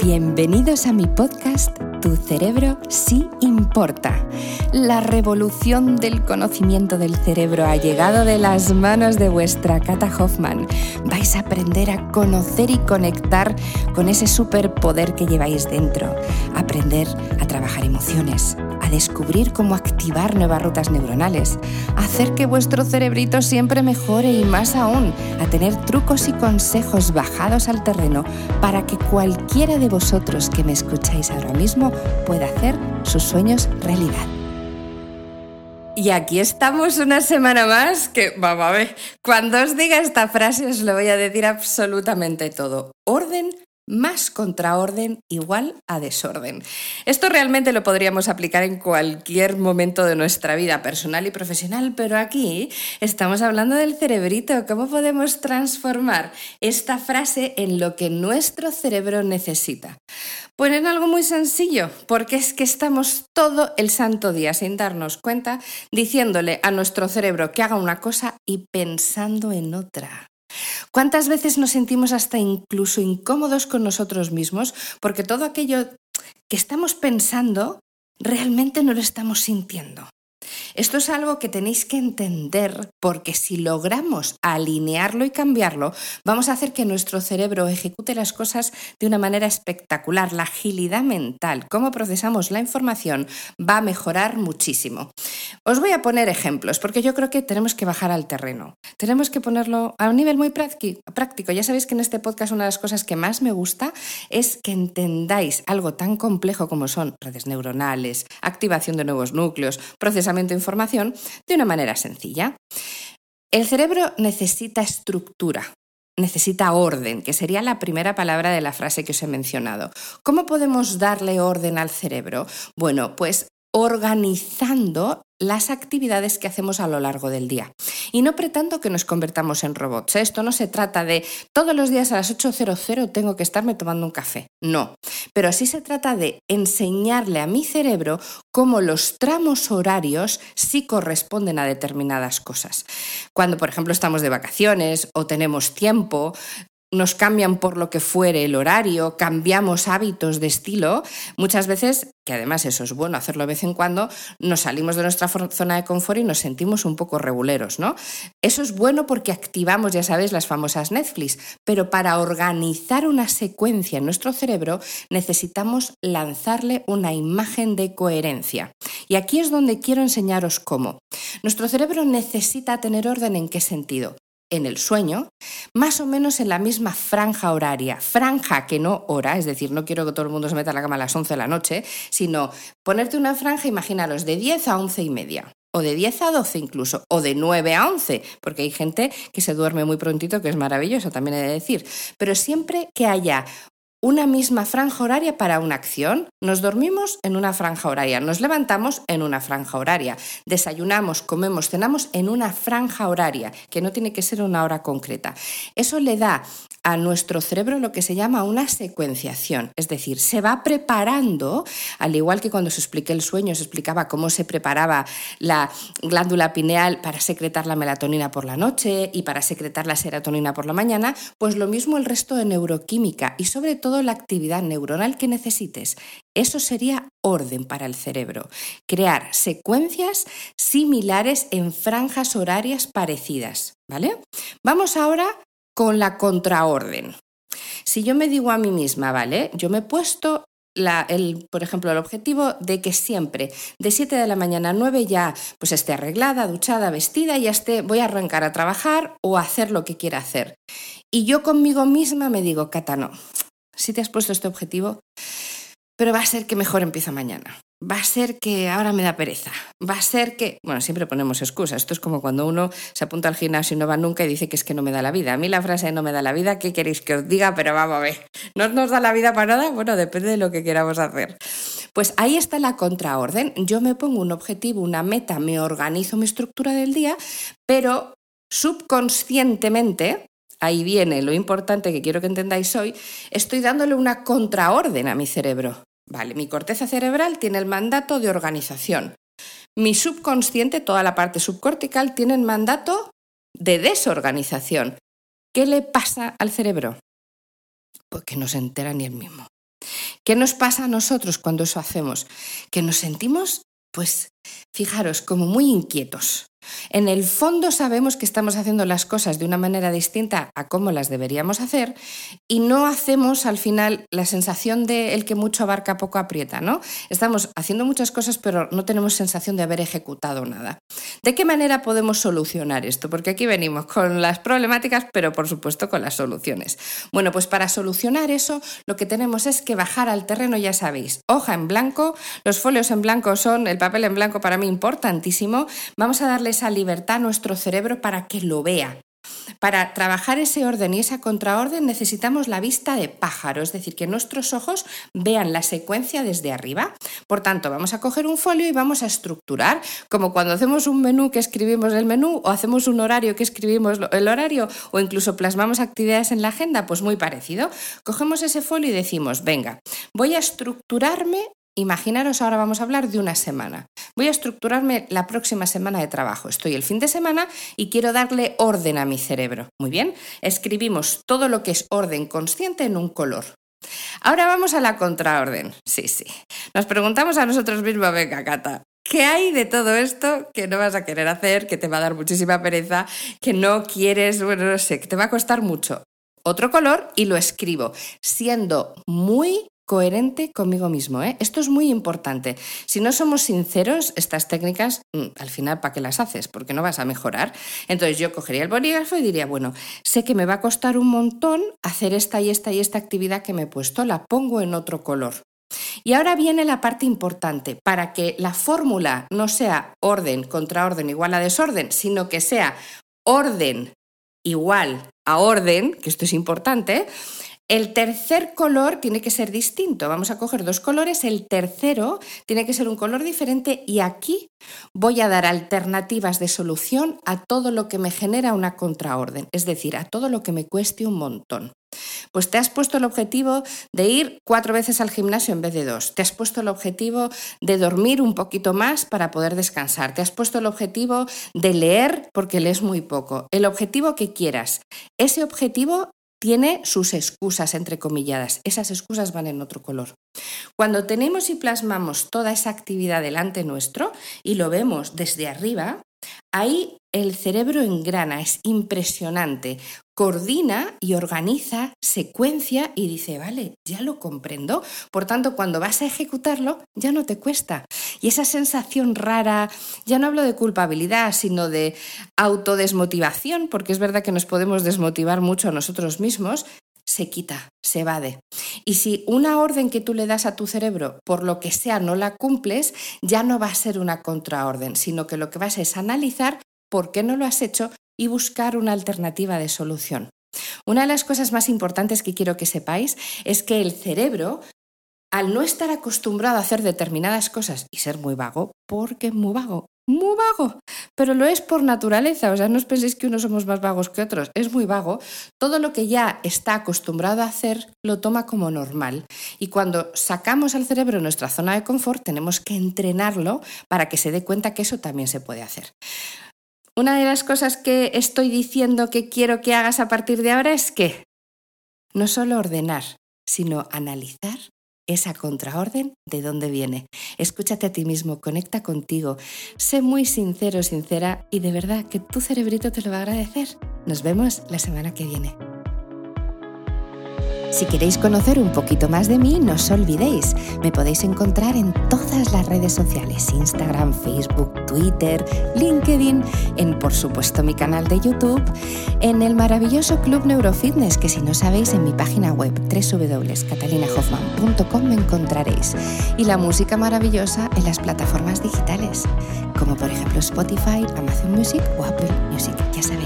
Bienvenidos a mi podcast Tu cerebro sí importa. La revolución del conocimiento del cerebro ha llegado de las manos de vuestra Cata Hoffman. Vais a aprender a conocer y conectar con ese superpoder que lleváis dentro. Aprender a trabajar emociones, a descubrir cómo activar nuevas rutas neuronales, a hacer que vuestro cerebrito siempre mejore y más aún, a tener trucos y consejos bajados al terreno para que cualquiera de vosotros que me escucháis ahora mismo pueda hacer sus sueños realidad. Y aquí estamos una semana más que, vamos a ver, cuando os diga esta frase os lo voy a decir absolutamente todo. Orden más contraorden igual a desorden. Esto realmente lo podríamos aplicar en cualquier momento de nuestra vida personal y profesional, pero aquí estamos hablando del cerebrito. ¿Cómo podemos transformar esta frase en lo que nuestro cerebro necesita? Pues en algo muy sencillo, porque es que estamos todo el santo día sin darnos cuenta diciéndole a nuestro cerebro que haga una cosa y pensando en otra. ¿Cuántas veces nos sentimos hasta incluso incómodos con nosotros mismos porque todo aquello que estamos pensando realmente no lo estamos sintiendo? Esto es algo que tenéis que entender porque si logramos alinearlo y cambiarlo, vamos a hacer que nuestro cerebro ejecute las cosas de una manera espectacular. La agilidad mental, cómo procesamos la información, va a mejorar muchísimo. Os voy a poner ejemplos porque yo creo que tenemos que bajar al terreno. Tenemos que ponerlo a un nivel muy práctico. Ya sabéis que en este podcast una de las cosas que más me gusta es que entendáis algo tan complejo como son redes neuronales, activación de nuevos núcleos, procesamiento de información de una manera sencilla. El cerebro necesita estructura, necesita orden, que sería la primera palabra de la frase que os he mencionado. ¿Cómo podemos darle orden al cerebro? Bueno, pues organizando las actividades que hacemos a lo largo del día. Y no pretendo que nos convertamos en robots. Esto no se trata de todos los días a las 8:00 tengo que estarme tomando un café. No. Pero sí se trata de enseñarle a mi cerebro cómo los tramos horarios sí corresponden a determinadas cosas. Cuando, por ejemplo, estamos de vacaciones o tenemos tiempo, nos cambian por lo que fuere el horario, cambiamos hábitos de estilo, muchas veces, que además eso es bueno hacerlo de vez en cuando, nos salimos de nuestra zona de confort y nos sentimos un poco reguleros, ¿no? Eso es bueno porque activamos, ya sabéis, las famosas Netflix, pero para organizar una secuencia en nuestro cerebro necesitamos lanzarle una imagen de coherencia. Y aquí es donde quiero enseñaros cómo. Nuestro cerebro necesita tener orden. ¿En qué sentido? En el sueño, más o menos en la misma franja horaria, franja que no hora, es decir, no quiero que todo el mundo se meta a la cama a las 11 de la noche, sino ponerte una franja, imaginaros, de 10 a 11:30, o de 10 a 12 incluso, o de 9 a 11, porque hay gente que se duerme muy prontito, que es maravilloso, también he de decir, pero siempre que haya una misma franja horaria para una acción. Nos dormimos en una franja horaria, nos levantamos en una franja horaria, desayunamos, comemos, cenamos en una franja horaria, que no tiene que ser una hora concreta. Eso le da a nuestro cerebro lo que se llama una secuenciación, es decir, se va preparando, al igual que cuando os expliqué el sueño, os explicaba cómo se preparaba la glándula pineal para secretar la melatonina por la noche y para secretar la serotonina por la mañana, pues lo mismo el resto de neuroquímica y sobre todo la actividad neuronal que necesites. Eso sería orden para el cerebro, crear secuencias similares en franjas horarias parecidas, ¿vale? Vamos ahora con la contraorden. Si yo me digo a mí misma, ¿vale? Yo me he puesto por ejemplo, el objetivo de que siempre de 7 de la mañana a 9 ya pues esté arreglada, duchada, vestida y ya voy a arrancar a trabajar o a hacer lo que quiera hacer. Y yo conmigo misma me digo, Cata, no, si te has puesto este objetivo, pero va a ser que mejor empiezo mañana. Va a ser que ahora me da pereza. Va a ser que... Bueno, siempre ponemos excusas. Esto es como cuando uno se apunta al gimnasio y no va nunca y dice que es que no me da la vida. A mí la frase de no me da la vida, ¿qué queréis que os diga? Pero vamos a ver, ¿no nos da la vida para nada? Bueno, depende de lo que queramos hacer. Pues ahí está la contraorden. Yo me pongo un objetivo, una meta, me organizo mi estructura del día, pero subconscientemente... Ahí viene lo importante que quiero que entendáis hoy, estoy dándole una contraorden a mi cerebro. Vale, mi corteza cerebral tiene el mandato de organización. Mi subconsciente, toda la parte subcortical, tiene el mandato de desorganización. ¿Qué le pasa al cerebro? Pues que no se entera ni él mismo. ¿Qué nos pasa a nosotros cuando eso hacemos? Que nos sentimos, pues, fijaros, como muy inquietos. En el fondo sabemos que estamos haciendo las cosas de una manera distinta a cómo las deberíamos hacer y no hacemos al final la sensación de el que mucho abarca poco aprieta, ¿no? Estamos haciendo muchas cosas pero no tenemos sensación de haber ejecutado nada. ¿De qué manera podemos solucionar esto? Porque aquí venimos con las problemáticas pero por supuesto con las soluciones. Bueno, pues para solucionar eso lo que tenemos es que bajar al terreno, ya sabéis, hoja en blanco, los folios en blanco son, el papel en blanco para mí importantísimo, vamos a darle esa libertad a nuestro cerebro para que lo vea. Para trabajar ese orden y esa contraorden necesitamos la vista de pájaro, es decir, que nuestros ojos vean la secuencia desde arriba. Por tanto, vamos a coger un folio y vamos a estructurar, como cuando hacemos un menú que escribimos el menú o hacemos un horario que escribimos el horario o incluso plasmamos actividades en la agenda, pues muy parecido. Cogemos ese folio y decimos, venga, voy a estructurarme. Imaginaros, ahora vamos a hablar de una semana. Voy a estructurarme la próxima semana de trabajo. Estoy el fin de semana y quiero darle orden a mi cerebro. Muy bien, escribimos todo lo que es orden consciente en un color. Ahora vamos a la contraorden. Sí. Nos preguntamos a nosotros mismos, venga, Cata, ¿qué hay de todo esto que no vas a querer hacer, que te va a dar muchísima pereza, que no quieres, bueno, no sé, que te va a costar mucho? Otro color y lo escribo, siendo muy coherente conmigo mismo, ¿eh? Esto es muy importante. Si no somos sinceros, estas técnicas, al final, ¿para qué las haces? Porque no vas a mejorar. Entonces yo cogería el bolígrafo y diría, bueno, sé que me va a costar un montón hacer esta y esta y esta actividad que me he puesto, la pongo en otro color. Y ahora viene la parte importante, para que la fórmula no sea orden contra orden igual a desorden, sino que sea orden igual a orden, que esto es importante. El tercer color tiene que ser distinto. Vamos a coger dos colores, el tercero tiene que ser un color diferente y aquí voy a dar alternativas de solución a todo lo que me genera una contraorden, es decir, a todo lo que me cueste un montón. Pues te has puesto el objetivo de ir 4 veces al gimnasio en vez de 2. Te has puesto el objetivo de dormir un poquito más para poder descansar. Te has puesto el objetivo de leer porque lees muy poco. El objetivo que quieras. Ese objetivo tiene sus excusas, entrecomilladas. Esas excusas van en otro color. Cuando tenemos y plasmamos toda esa actividad delante nuestro y lo vemos desde arriba, ahí el cerebro engrana, es impresionante. Coordina y organiza, secuencia y dice, vale, ya lo comprendo. Por tanto, cuando vas a ejecutarlo, ya no te cuesta. Y esa sensación rara, ya no hablo de culpabilidad, sino de autodesmotivación, porque es verdad que nos podemos desmotivar mucho a nosotros mismos, se quita, se evade. Y si una orden que tú le das a tu cerebro, por lo que sea, no la cumples, ya no va a ser una contraorden, sino que lo que vas es analizar por qué no lo has hecho y buscar una alternativa de solución. Una de las cosas más importantes que quiero que sepáis es que el cerebro, al no estar acostumbrado a hacer determinadas cosas y ser muy vago, porque es muy vago, pero lo es por naturaleza, o sea, no os penséis que unos somos más vagos que otros, es muy vago, todo lo que ya está acostumbrado a hacer lo toma como normal y cuando sacamos al cerebro nuestra zona de confort tenemos que entrenarlo para que se dé cuenta que eso también se puede hacer. Una de las cosas que estoy diciendo que quiero que hagas a partir de ahora es que no solo ordenar, sino analizar esa contraorden de dónde viene. Escúchate a ti mismo, conecta contigo, sé muy sincero, sincera y de verdad que tu cerebrito te lo va a agradecer. Nos vemos la semana que viene. Si queréis conocer un poquito más de mí, no os olvidéis, me podéis encontrar en todas las redes sociales, Instagram, Facebook, Twitter, LinkedIn, en por supuesto mi canal de YouTube, en el maravilloso Club Neurofitness, que si no sabéis en mi página web www.catalinahoffman.com me encontraréis, y la música maravillosa en las plataformas digitales, como por ejemplo Spotify, Amazon Music o Apple Music, ya sabéis.